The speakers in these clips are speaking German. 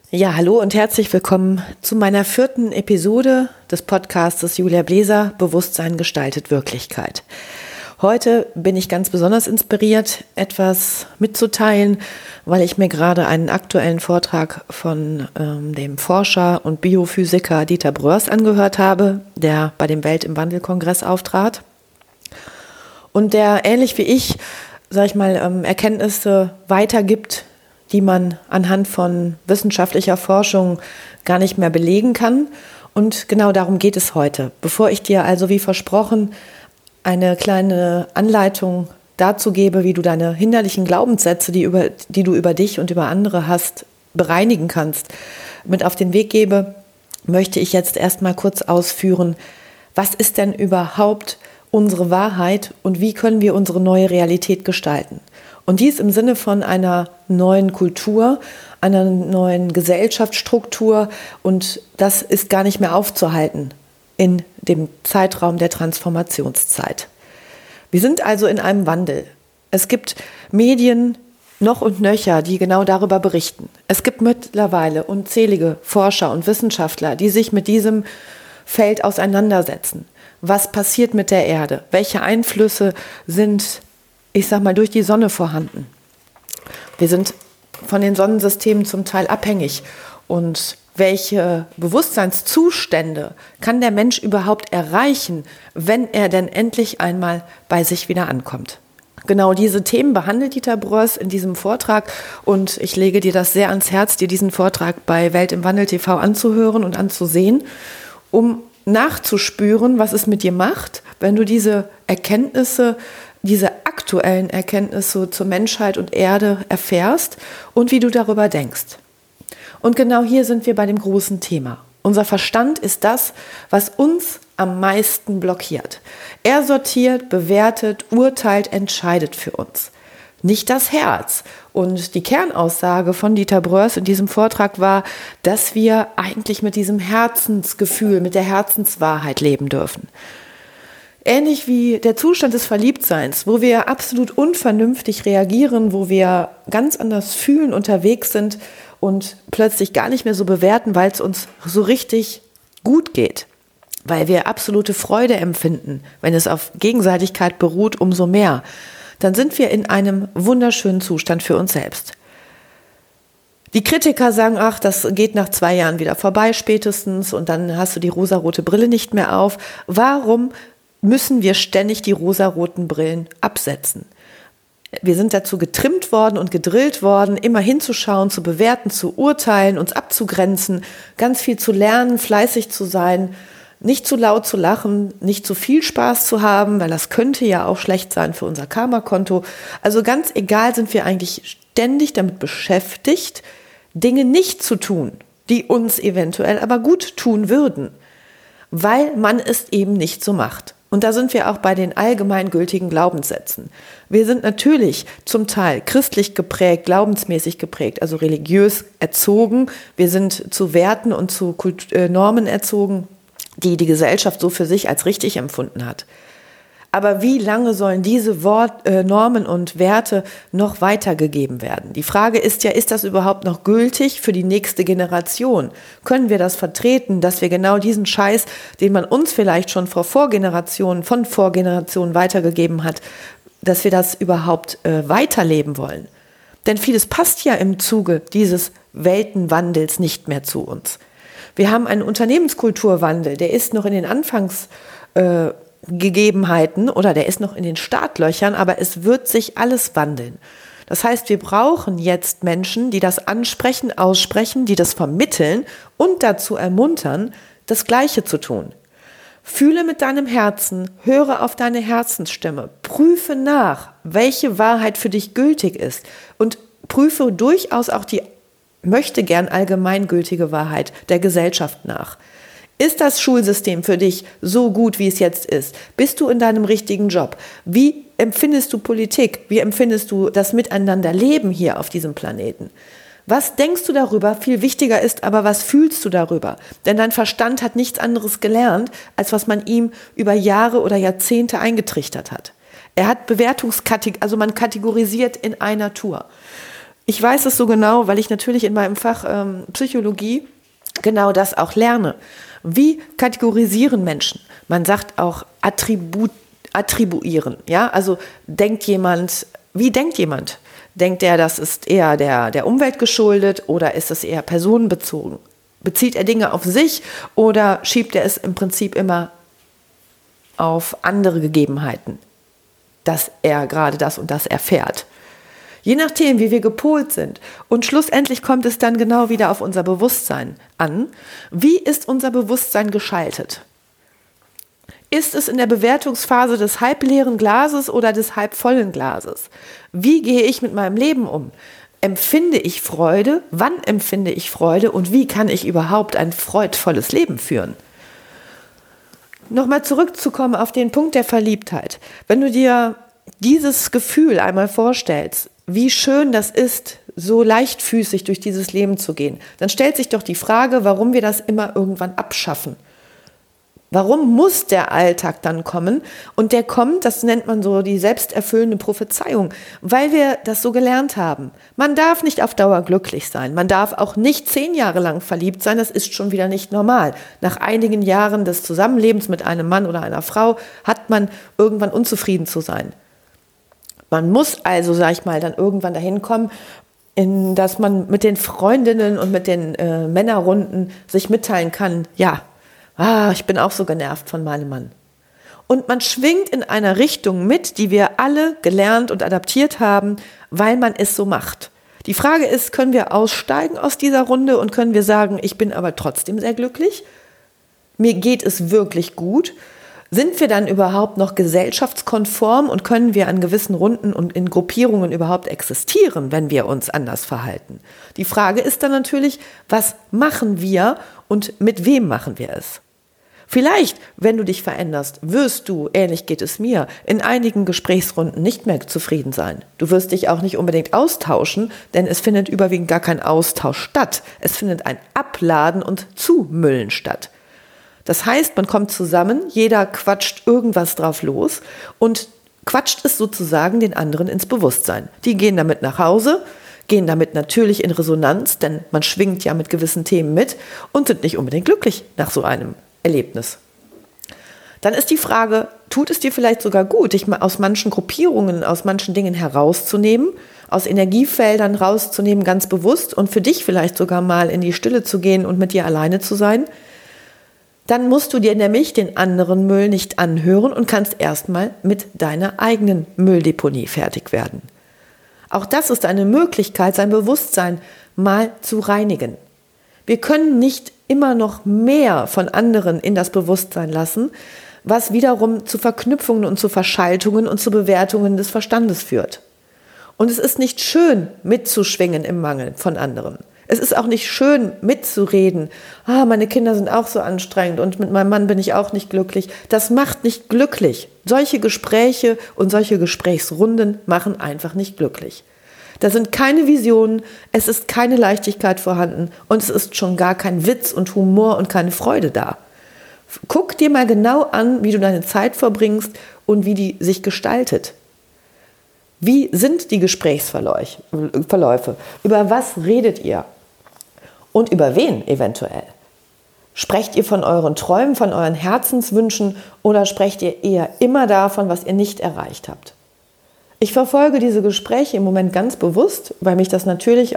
Ja, hallo und herzlich willkommen zu meiner 4. Episode des Podcastes Julia Bläser, Bewusstsein gestaltet Wirklichkeit. Heute bin ich ganz besonders inspiriert, etwas mitzuteilen, weil ich mir gerade einen aktuellen Vortrag von dem Forscher und Biophysiker Dieter Broers angehört habe, der bei dem Welt im Wandel-Kongress auftrat und der ähnlich wie ich, Erkenntnisse weitergibt, die man anhand von wissenschaftlicher Forschung gar nicht mehr belegen kann. Und genau darum geht es heute. Bevor ich dir also wie versprochen eine kleine Anleitung dazu gebe, wie du deine hinderlichen Glaubenssätze, die du über dich und über andere hast, bereinigen kannst, mit auf den Weg gebe, möchte ich jetzt erstmal kurz ausführen, was ist denn überhaupt unsere Wahrheit und wie können wir unsere neue Realität gestalten? Und dies im Sinne von einer neuen Kultur, einer neuen Gesellschaftsstruktur, und das ist gar nicht mehr aufzuhalten in dem Zeitraum der Transformationszeit. Wir sind also in einem Wandel. Es gibt Medien noch und nöcher, die genau darüber berichten. Es gibt mittlerweile unzählige Forscher und Wissenschaftler, die sich mit diesem Feld auseinandersetzen. Was passiert mit der Erde? Welche Einflüsse sind durch die Sonne vorhanden? Wir sind von den Sonnensystemen zum Teil abhängig. Und welche Bewusstseinszustände kann der Mensch überhaupt erreichen, wenn er denn endlich einmal bei sich wieder ankommt? Genau diese Themen behandelt Dieter Broers in diesem Vortrag und ich lege dir das sehr ans Herz, dir diesen Vortrag bei Welt im Wandel TV anzuhören und anzusehen, um nachzuspüren, was es mit dir macht, wenn du diese aktuellen Erkenntnisse zur Menschheit und Erde erfährst und wie du darüber denkst. Und genau hier sind wir bei dem großen Thema. Unser Verstand ist das, was uns am meisten blockiert. Er sortiert, bewertet, urteilt, entscheidet für uns. Nicht das Herz. Und die Kernaussage von Dieter Broers in diesem Vortrag war, dass wir eigentlich mit diesem Herzensgefühl, mit der Herzenswahrheit leben dürfen. Ähnlich wie der Zustand des Verliebtseins, wo wir absolut unvernünftig reagieren, wo wir ganz anders fühlen, unterwegs sind und plötzlich gar nicht mehr so bewerten, weil es uns so richtig gut geht, weil wir absolute Freude empfinden, wenn es auf Gegenseitigkeit beruht, umso mehr. Dann sind wir in einem wunderschönen Zustand für uns selbst. Die Kritiker sagen, ach, das geht nach 2 Jahren wieder vorbei spätestens und dann hast du die rosarote Brille nicht mehr auf. Warum müssen wir ständig die rosaroten Brillen absetzen? Wir sind dazu getrimmt worden und gedrillt worden, immer hinzuschauen, zu bewerten, zu urteilen, uns abzugrenzen, ganz viel zu lernen, fleißig zu sein, nicht zu laut zu lachen, nicht zu viel Spaß zu haben, weil das könnte ja auch schlecht sein für unser Karma-Konto. Also ganz egal sind wir eigentlich ständig damit beschäftigt, Dinge nicht zu tun, die uns eventuell aber gut tun würden, weil man es eben nicht so macht. Und da sind wir auch bei den allgemeingültigen Glaubenssätzen. Wir sind natürlich zum Teil christlich geprägt, glaubensmäßig geprägt, also religiös erzogen. Wir sind zu Werten und zu Normen erzogen, die die Gesellschaft so für sich als richtig empfunden hat. Aber wie lange sollen diese Normen und Werte noch weitergegeben werden? Die Frage ist ja, ist das überhaupt noch gültig für die nächste Generation? Können wir das vertreten, dass wir genau diesen Scheiß, den man uns vielleicht schon von Vorgenerationen weitergegeben hat, dass wir das überhaupt weiterleben wollen? Denn vieles passt ja im Zuge dieses Weltenwandels nicht mehr zu uns. Wir haben einen Unternehmenskulturwandel, der ist noch in den Gegebenheiten oder der ist noch in den Startlöchern, aber es wird sich alles wandeln. Das heißt, wir brauchen jetzt Menschen, die das ansprechen, aussprechen, die das vermitteln und dazu ermuntern, das Gleiche zu tun. Fühle mit deinem Herzen, höre auf deine Herzensstimme, prüfe nach, welche Wahrheit für dich gültig ist und prüfe durchaus auch die möchte gern allgemeingültige Wahrheit der Gesellschaft nach. Ist das Schulsystem für dich so gut, wie es jetzt ist? Bist du in deinem richtigen Job? Wie empfindest du Politik? Wie empfindest du das Miteinanderleben hier auf diesem Planeten? Was denkst du darüber? Viel wichtiger ist aber, was fühlst du darüber? Denn dein Verstand hat nichts anderes gelernt, als was man ihm über Jahre oder Jahrzehnte eingetrichtert hat. Er hat man kategorisiert in einer Tour. Ich weiß es so genau, weil ich natürlich in meinem Fach Psychologie genau das auch lerne. Wie kategorisieren Menschen? Man sagt auch attribuieren. Ja? Also wie denkt jemand? Denkt er, das ist eher der Umwelt geschuldet oder ist es eher personenbezogen? Bezieht er Dinge auf sich oder schiebt er es im Prinzip immer auf andere Gegebenheiten, dass er gerade das und das erfährt? Je nachdem, wie wir gepolt sind. Und schlussendlich kommt es dann genau wieder auf unser Bewusstsein an. Wie ist unser Bewusstsein geschaltet? Ist es in der Bewertungsphase des halbleeren Glases oder des halbvollen Glases? Wie gehe ich mit meinem Leben um? Empfinde ich Freude? Wann empfinde ich Freude? Und wie kann ich überhaupt ein freudvolles Leben führen? Nochmal zurückzukommen auf den Punkt der Verliebtheit. Wenn du dir dieses Gefühl einmal vorstellst, wie schön das ist, so leichtfüßig durch dieses Leben zu gehen, dann stellt sich doch die Frage, warum wir das immer irgendwann abschaffen. Warum muss der Alltag dann kommen? Und der kommt, das nennt man so die selbsterfüllende Prophezeiung, weil wir das so gelernt haben. Man darf nicht auf Dauer glücklich sein. Man darf auch nicht 10 Jahre lang verliebt sein. Das ist schon wieder nicht normal. Nach einigen Jahren des Zusammenlebens mit einem Mann oder einer Frau hat man irgendwann unzufrieden zu sein. Man muss also, sag ich mal, dann irgendwann dahin kommen, dass man mit den Freundinnen und mit den Männerrunden sich mitteilen kann, ja, ich bin auch so genervt von meinem Mann. Und man schwingt in einer Richtung mit, die wir alle gelernt und adaptiert haben, weil man es so macht. Die Frage ist, können wir aussteigen aus dieser Runde und können wir sagen, ich bin aber trotzdem sehr glücklich? Mir geht es wirklich gut? Sind wir dann überhaupt noch gesellschaftskonform und können wir an gewissen Runden und in Gruppierungen überhaupt existieren, wenn wir uns anders verhalten? Die Frage ist dann natürlich, was machen wir und mit wem machen wir es? Vielleicht, wenn du dich veränderst, wirst du, ähnlich geht es mir, in einigen Gesprächsrunden nicht mehr zufrieden sein. Du wirst dich auch nicht unbedingt austauschen, denn es findet überwiegend gar kein Austausch statt. Es findet ein Abladen und Zumüllen statt. Das heißt, man kommt zusammen, jeder quatscht irgendwas drauf los und quatscht es sozusagen den anderen ins Bewusstsein. Die gehen damit nach Hause, gehen damit natürlich in Resonanz, denn man schwingt ja mit gewissen Themen mit und sind nicht unbedingt glücklich nach so einem Erlebnis. Dann ist die Frage, tut es dir vielleicht sogar gut, dich mal aus manchen Gruppierungen, aus manchen Dingen herauszunehmen, aus Energiefeldern rauszunehmen, ganz bewusst und für dich vielleicht sogar mal in die Stille zu gehen und mit dir alleine zu sein? Dann musst du dir nämlich den anderen Müll nicht anhören und kannst erstmal mit deiner eigenen Mülldeponie fertig werden. Auch das ist eine Möglichkeit, sein Bewusstsein mal zu reinigen. Wir können nicht immer noch mehr von anderen in das Bewusstsein lassen, was wiederum zu Verknüpfungen und zu Verschaltungen und zu Bewertungen des Verstandes führt. Und es ist nicht schön, mitzuschwingen im Mangel von anderen. Es ist auch nicht schön, mitzureden. Meine Kinder sind auch so anstrengend und mit meinem Mann bin ich auch nicht glücklich. Das macht nicht glücklich. Solche Gespräche und solche Gesprächsrunden machen einfach nicht glücklich. Da sind keine Visionen, es ist keine Leichtigkeit vorhanden und es ist schon gar kein Witz und Humor und keine Freude da. Guck dir mal genau an, wie du deine Zeit verbringst und wie die sich gestaltet. Wie sind die Gesprächsverläufe? Über was redet ihr? Und über wen eventuell? Sprecht ihr von euren Träumen, von euren Herzenswünschen oder sprecht ihr eher immer davon, was ihr nicht erreicht habt? Ich verfolge diese Gespräche im Moment ganz bewusst, weil mich das natürlich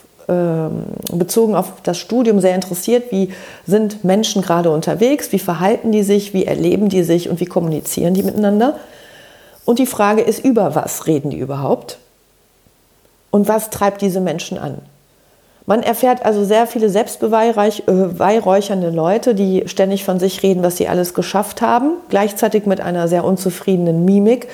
bezogen auf das Studium sehr interessiert. Wie sind Menschen gerade unterwegs? Wie verhalten die sich? Wie erleben die sich? Und wie kommunizieren die miteinander? Und die Frage ist, über was reden die überhaupt? Und was treibt diese Menschen an? Man erfährt also sehr viele selbstbeweihräuchernde Leute, die ständig von sich reden, was sie alles geschafft haben, gleichzeitig mit einer sehr unzufriedenen Mimik,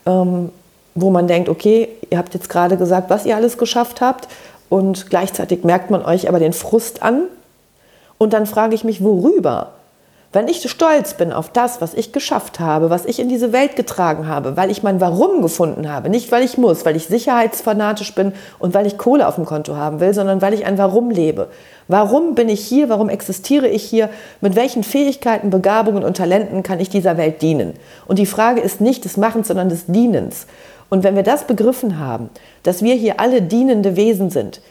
wo man denkt, okay, ihr habt jetzt gerade gesagt, was ihr alles geschafft habt und gleichzeitig merkt man euch aber den Frust an. Und dann frage ich mich, worüber? Wenn ich stolz bin auf das, was ich geschafft habe, was ich in diese Welt getragen habe, weil ich mein Warum gefunden habe, nicht weil ich muss, weil ich sicherheitsfanatisch bin und weil ich Kohle auf dem Konto haben will, sondern weil ich ein Warum lebe. Warum bin ich hier? Warum existiere ich hier? Mit welchen Fähigkeiten, Begabungen und Talenten kann ich dieser Welt dienen? Und die Frage ist nicht des Machens, sondern des Dienens. Und wenn wir das begriffen haben, dass wir hier alle dienende Wesen sind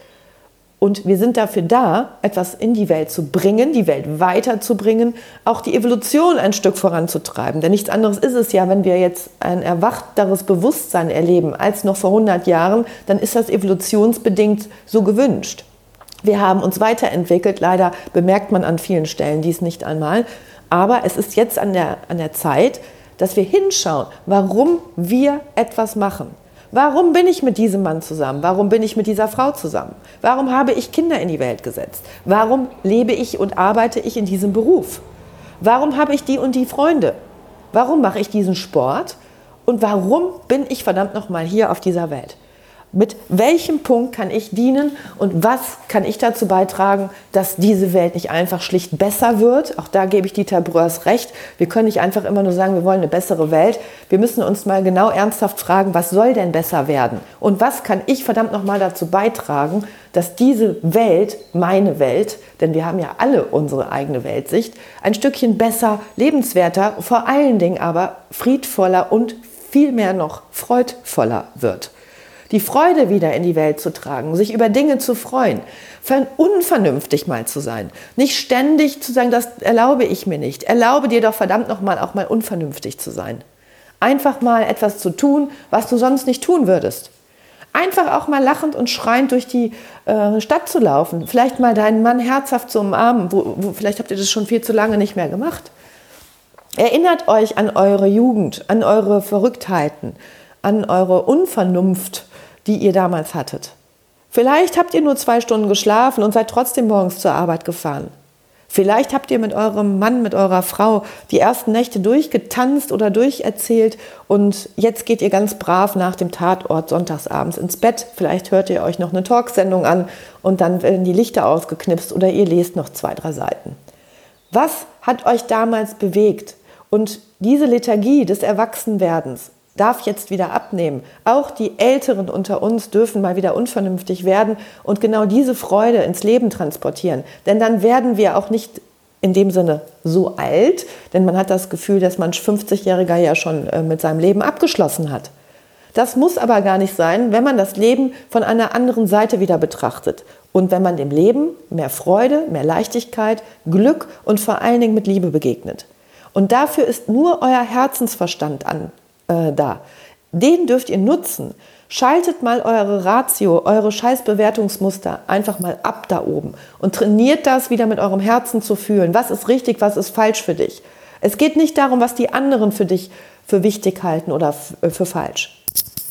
und wir sind dafür da, etwas in die Welt zu bringen, die Welt weiterzubringen, auch die Evolution ein Stück voranzutreiben. Denn nichts anderes ist es ja, wenn wir jetzt ein erwachteres Bewusstsein erleben als noch vor 100 Jahren, dann ist das evolutionsbedingt so gewünscht. Wir haben uns weiterentwickelt, leider bemerkt man an vielen Stellen dies nicht einmal, aber es ist jetzt an der Zeit, dass wir hinschauen, warum wir etwas machen. Warum bin ich mit diesem Mann zusammen? Warum bin ich mit dieser Frau zusammen? Warum habe ich Kinder in die Welt gesetzt? Warum lebe ich und arbeite ich in diesem Beruf? Warum habe ich die und die Freunde? Warum mache ich diesen Sport? Und warum bin ich verdammt nochmal hier auf dieser Welt? Mit welchem Punkt kann ich dienen und was kann ich dazu beitragen, dass diese Welt nicht einfach schlicht besser wird? Auch da gebe ich Dieter Bröers recht. Wir können nicht einfach immer nur sagen, wir wollen eine bessere Welt. Wir müssen uns mal genau ernsthaft fragen, was soll denn besser werden? Und was kann ich verdammt nochmal dazu beitragen, dass diese Welt, meine Welt, denn wir haben ja alle unsere eigene Weltsicht, ein Stückchen besser, lebenswerter, vor allen Dingen aber friedvoller und viel mehr noch freudvoller wird. Die Freude wieder in die Welt zu tragen, sich über Dinge zu freuen, unvernünftig mal zu sein. Nicht ständig zu sagen, das erlaube ich mir nicht. Erlaube dir doch verdammt nochmal auch mal unvernünftig zu sein. Einfach mal etwas zu tun, was du sonst nicht tun würdest. Einfach auch mal lachend und schreiend durch die Stadt zu laufen. Vielleicht mal deinen Mann herzhaft zu umarmen. Vielleicht habt ihr das schon viel zu lange nicht mehr gemacht. Erinnert euch an eure Jugend, an eure Verrücktheiten, an eure Unvernunft, die ihr damals hattet. Vielleicht habt ihr nur 2 Stunden geschlafen und seid trotzdem morgens zur Arbeit gefahren. Vielleicht habt ihr mit eurem Mann, mit eurer Frau die ersten Nächte durchgetanzt oder durcherzählt und jetzt geht ihr ganz brav nach dem Tatort sonntagsabends ins Bett. Vielleicht hört ihr euch noch eine Talksendung an und dann werden die Lichter ausgeknipst oder ihr lest noch 2, 3 Seiten. Was hat euch damals bewegt? Und diese Lethargie des Erwachsenwerdens darf jetzt wieder abnehmen. Auch die Älteren unter uns dürfen mal wieder unvernünftig werden und genau diese Freude ins Leben transportieren. Denn dann werden wir auch nicht in dem Sinne so alt, denn man hat das Gefühl, dass man 50-Jähriger ja schon mit seinem Leben abgeschlossen hat. Das muss aber gar nicht sein, wenn man das Leben von einer anderen Seite wieder betrachtet. Und wenn man dem Leben mehr Freude, mehr Leichtigkeit, Glück und vor allen Dingen mit Liebe begegnet. Und dafür ist nur euer Herzensverstand da. Den dürft ihr nutzen. Schaltet mal eure Ratio, eure Scheißbewertungsmuster einfach mal ab da oben und trainiert das wieder mit eurem Herzen zu fühlen. Was ist richtig, was ist falsch für dich? Es geht nicht darum, was die anderen für dich für wichtig halten oder für falsch.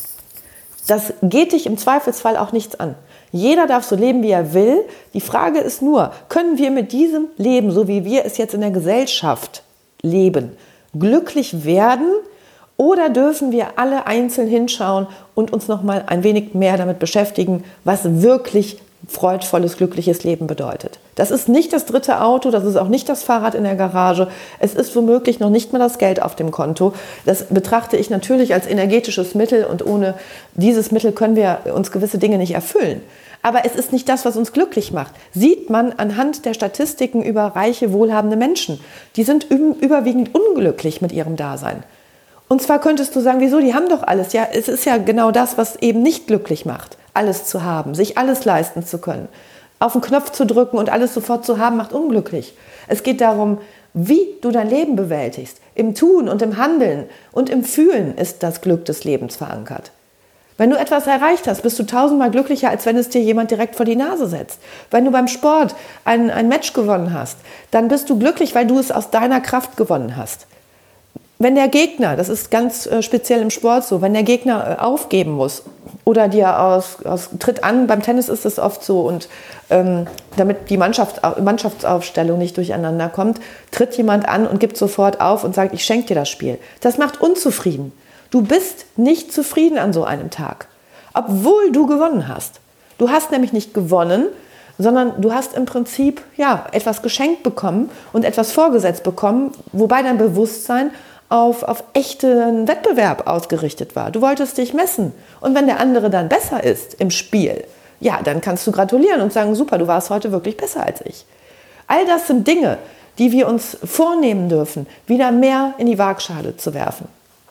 Das geht dich im Zweifelsfall auch nichts an. Jeder darf so leben, wie er will. Die Frage ist nur, können wir mit diesem Leben, so wie wir es jetzt in der Gesellschaft leben, glücklich werden? Oder dürfen wir alle einzeln hinschauen und uns noch mal ein wenig mehr damit beschäftigen, was wirklich freudvolles, glückliches Leben bedeutet? Das ist nicht das 3. Auto, das ist auch nicht das Fahrrad in der Garage. Es ist womöglich noch nicht mal das Geld auf dem Konto. Das betrachte ich natürlich als energetisches Mittel und ohne dieses Mittel können wir uns gewisse Dinge nicht erfüllen. Aber es ist nicht das, was uns glücklich macht. Sieht man anhand der Statistiken über reiche, wohlhabende Menschen. Die sind überwiegend unglücklich mit ihrem Dasein. Und zwar könntest du sagen, wieso, die haben doch alles. Ja, es ist ja genau das, was eben nicht glücklich macht, alles zu haben, sich alles leisten zu können. Auf den Knopf zu drücken und alles sofort zu haben, macht unglücklich. Es geht darum, wie du dein Leben bewältigst. Im Tun und im Handeln und im Fühlen ist das Glück des Lebens verankert. Wenn du etwas erreicht hast, bist du 1000-mal glücklicher, als wenn es dir jemand direkt vor die Nase setzt. Wenn du beim Sport ein Match gewonnen hast, dann bist du glücklich, weil du es aus deiner Kraft gewonnen hast. Wenn der Gegner, das ist ganz speziell im Sport so, wenn der Gegner aufgeben muss oder dir tritt an, beim Tennis ist es oft so und damit die Mannschaftsaufstellung nicht durcheinander kommt, tritt jemand an und gibt sofort auf und sagt, ich schenke dir das Spiel. Das macht unzufrieden. Du bist nicht zufrieden an so einem Tag, obwohl du gewonnen hast. Du hast nämlich nicht gewonnen, sondern du hast im Prinzip etwas geschenkt bekommen und etwas vorgesetzt bekommen, wobei dein Bewusstsein auf echten Wettbewerb ausgerichtet war. Du wolltest dich messen. Und wenn der andere dann besser ist im Spiel, dann kannst du gratulieren und sagen, super, du warst heute wirklich besser als ich. All das sind Dinge, die wir uns vornehmen dürfen, wieder mehr in die Waagschale zu werfen.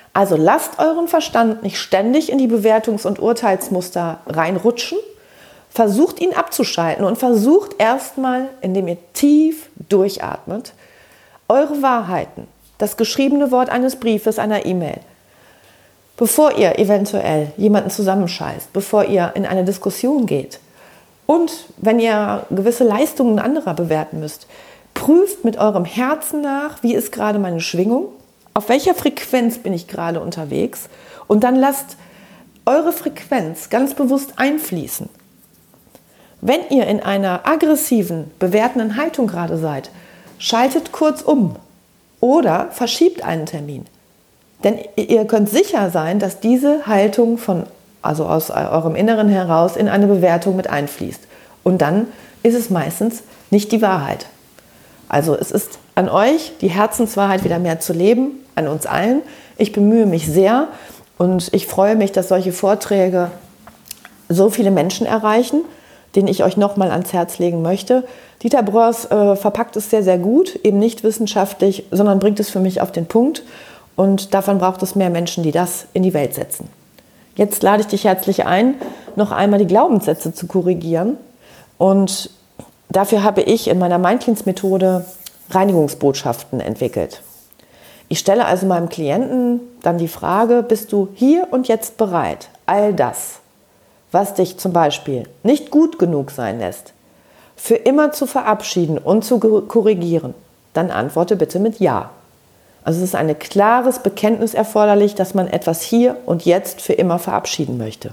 Also lasst euren Verstand nicht ständig in die Bewertungs- und Urteilsmuster reinrutschen. Versucht ihn abzuschalten und versucht erstmal, indem ihr tief durchatmet, eure Wahrheiten, das geschriebene Wort eines Briefes, einer E-Mail, bevor ihr eventuell jemanden zusammenscheißt, bevor ihr in eine Diskussion geht und wenn ihr gewisse Leistungen anderer bewerten müsst, prüft mit eurem Herzen nach, wie ist gerade meine Schwingung, auf welcher Frequenz bin ich gerade unterwegs und dann lasst eure Frequenz ganz bewusst einfließen. Wenn ihr in einer aggressiven, bewertenden Haltung gerade seid, schaltet kurz um oder verschiebt einen Termin. Denn ihr könnt sicher sein, dass diese Haltung aus eurem Inneren heraus in eine Bewertung mit einfließt. Und dann ist es meistens nicht die Wahrheit. Also es ist an euch, die Herzenswahrheit wieder mehr zu leben, an uns allen. Ich bemühe mich sehr und ich freue mich, dass solche Vorträge so viele Menschen erreichen, den ich euch nochmal ans Herz legen möchte. Dieter Broers verpackt es sehr, sehr gut, eben nicht wissenschaftlich, sondern bringt es für mich auf den Punkt. Und davon braucht es mehr Menschen, die das in die Welt setzen. Jetzt lade ich dich herzlich ein, noch einmal die Glaubenssätze zu korrigieren. Und dafür habe ich in meiner Mindcleanse-Methode Reinigungsbotschaften entwickelt. Ich stelle also meinem Klienten dann die Frage, bist du hier und jetzt bereit, all das, was dich zum Beispiel nicht gut genug sein lässt, für immer zu verabschieden und zu korrigieren? Dann antworte bitte mit Ja. Also es ist ein klares Bekenntnis erforderlich, dass man etwas hier und jetzt für immer verabschieden möchte.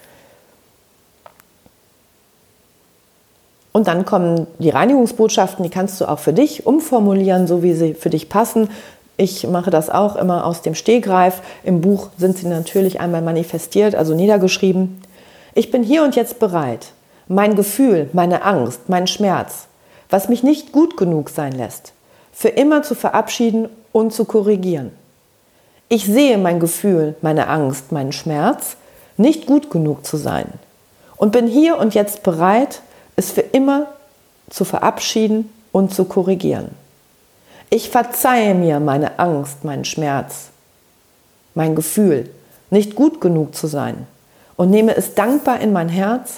Und dann kommen die Reinigungsbotschaften, die kannst du auch für dich umformulieren, so wie sie für dich passen. Ich mache das auch immer aus dem Stegreif. Im Buch sind sie natürlich einmal manifestiert, also niedergeschrieben. Ich bin hier und jetzt bereit, mein Gefühl, meine Angst, mein Schmerz, was mich nicht gut genug sein lässt, für immer zu verabschieden und zu korrigieren. Ich sehe mein Gefühl, meine Angst, meinen Schmerz, nicht gut genug zu sein und bin hier und jetzt bereit, es für immer zu verabschieden und zu korrigieren. Ich verzeihe mir meine Angst, meinen Schmerz, mein Gefühl, nicht gut genug zu sein und nehme es dankbar in mein Herz,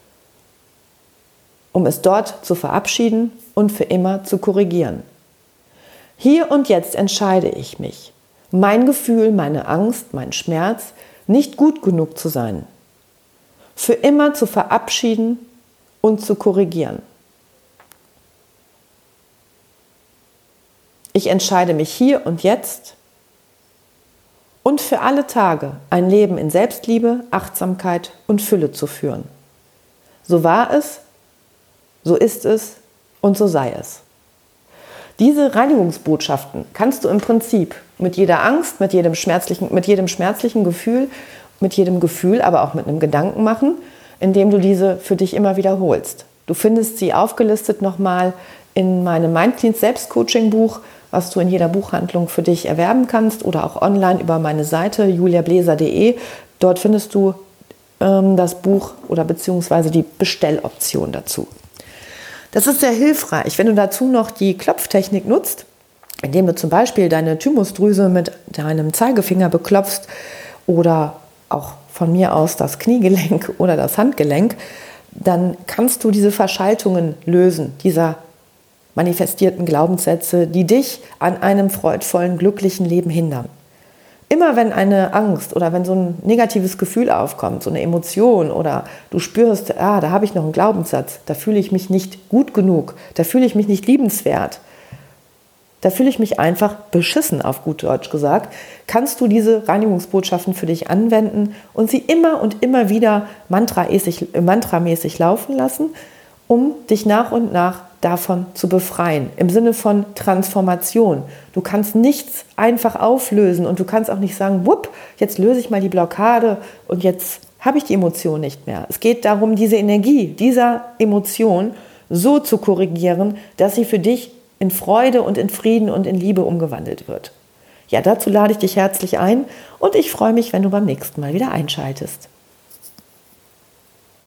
um es dort zu verabschieden und für immer zu korrigieren. Hier und jetzt entscheide ich mich, mein Gefühl, meine Angst, mein Schmerz, nicht gut genug zu sein, für immer zu verabschieden und zu korrigieren. Ich entscheide mich hier und jetzt und für alle Tage ein Leben in Selbstliebe, Achtsamkeit und Fülle zu führen. So war es, so ist es und so sei es. Diese Reinigungsbotschaften kannst du im Prinzip mit jeder Angst, mit jedem schmerzlichen Gefühl, aber auch mit einem Gedanken machen, indem du diese für dich immer wiederholst. Du findest sie aufgelistet nochmal in meinem Mindcleanse Selbstcoaching-Buch, was du in jeder Buchhandlung für dich erwerben kannst oder auch online über meine Seite juliabläser.de. Dort findest du das Buch oder beziehungsweise die Bestelloption dazu. Das ist sehr hilfreich, wenn du dazu noch die Klopftechnik nutzt, indem du zum Beispiel deine Thymusdrüse mit deinem Zeigefinger beklopfst oder auch von mir aus das Kniegelenk oder das Handgelenk, dann kannst du diese Verschaltungen lösen, dieser manifestierten Glaubenssätze, die dich an einem freudvollen, glücklichen Leben hindern. Immer wenn eine Angst oder wenn so ein negatives Gefühl aufkommt, so eine Emotion oder du spürst, da habe ich noch einen Glaubenssatz, da fühle ich mich nicht gut genug, da fühle ich mich nicht liebenswert, da fühle ich mich einfach beschissen, auf gut Deutsch gesagt, kannst du diese Reinigungsbotschaften für dich anwenden und sie immer und immer wieder mantramäßig laufen lassen, um dich nach und nach davon zu befreien, im Sinne von Transformation. Du kannst nichts einfach auflösen und du kannst auch nicht sagen, wupp, jetzt löse ich mal die Blockade und jetzt habe ich die Emotion nicht mehr. Es geht darum, diese Energie dieser Emotion so zu korrigieren, dass sie für dich in Freude und in Frieden und in Liebe umgewandelt wird. Ja, dazu lade ich dich herzlich ein und ich freue mich, wenn du beim nächsten Mal wieder einschaltest.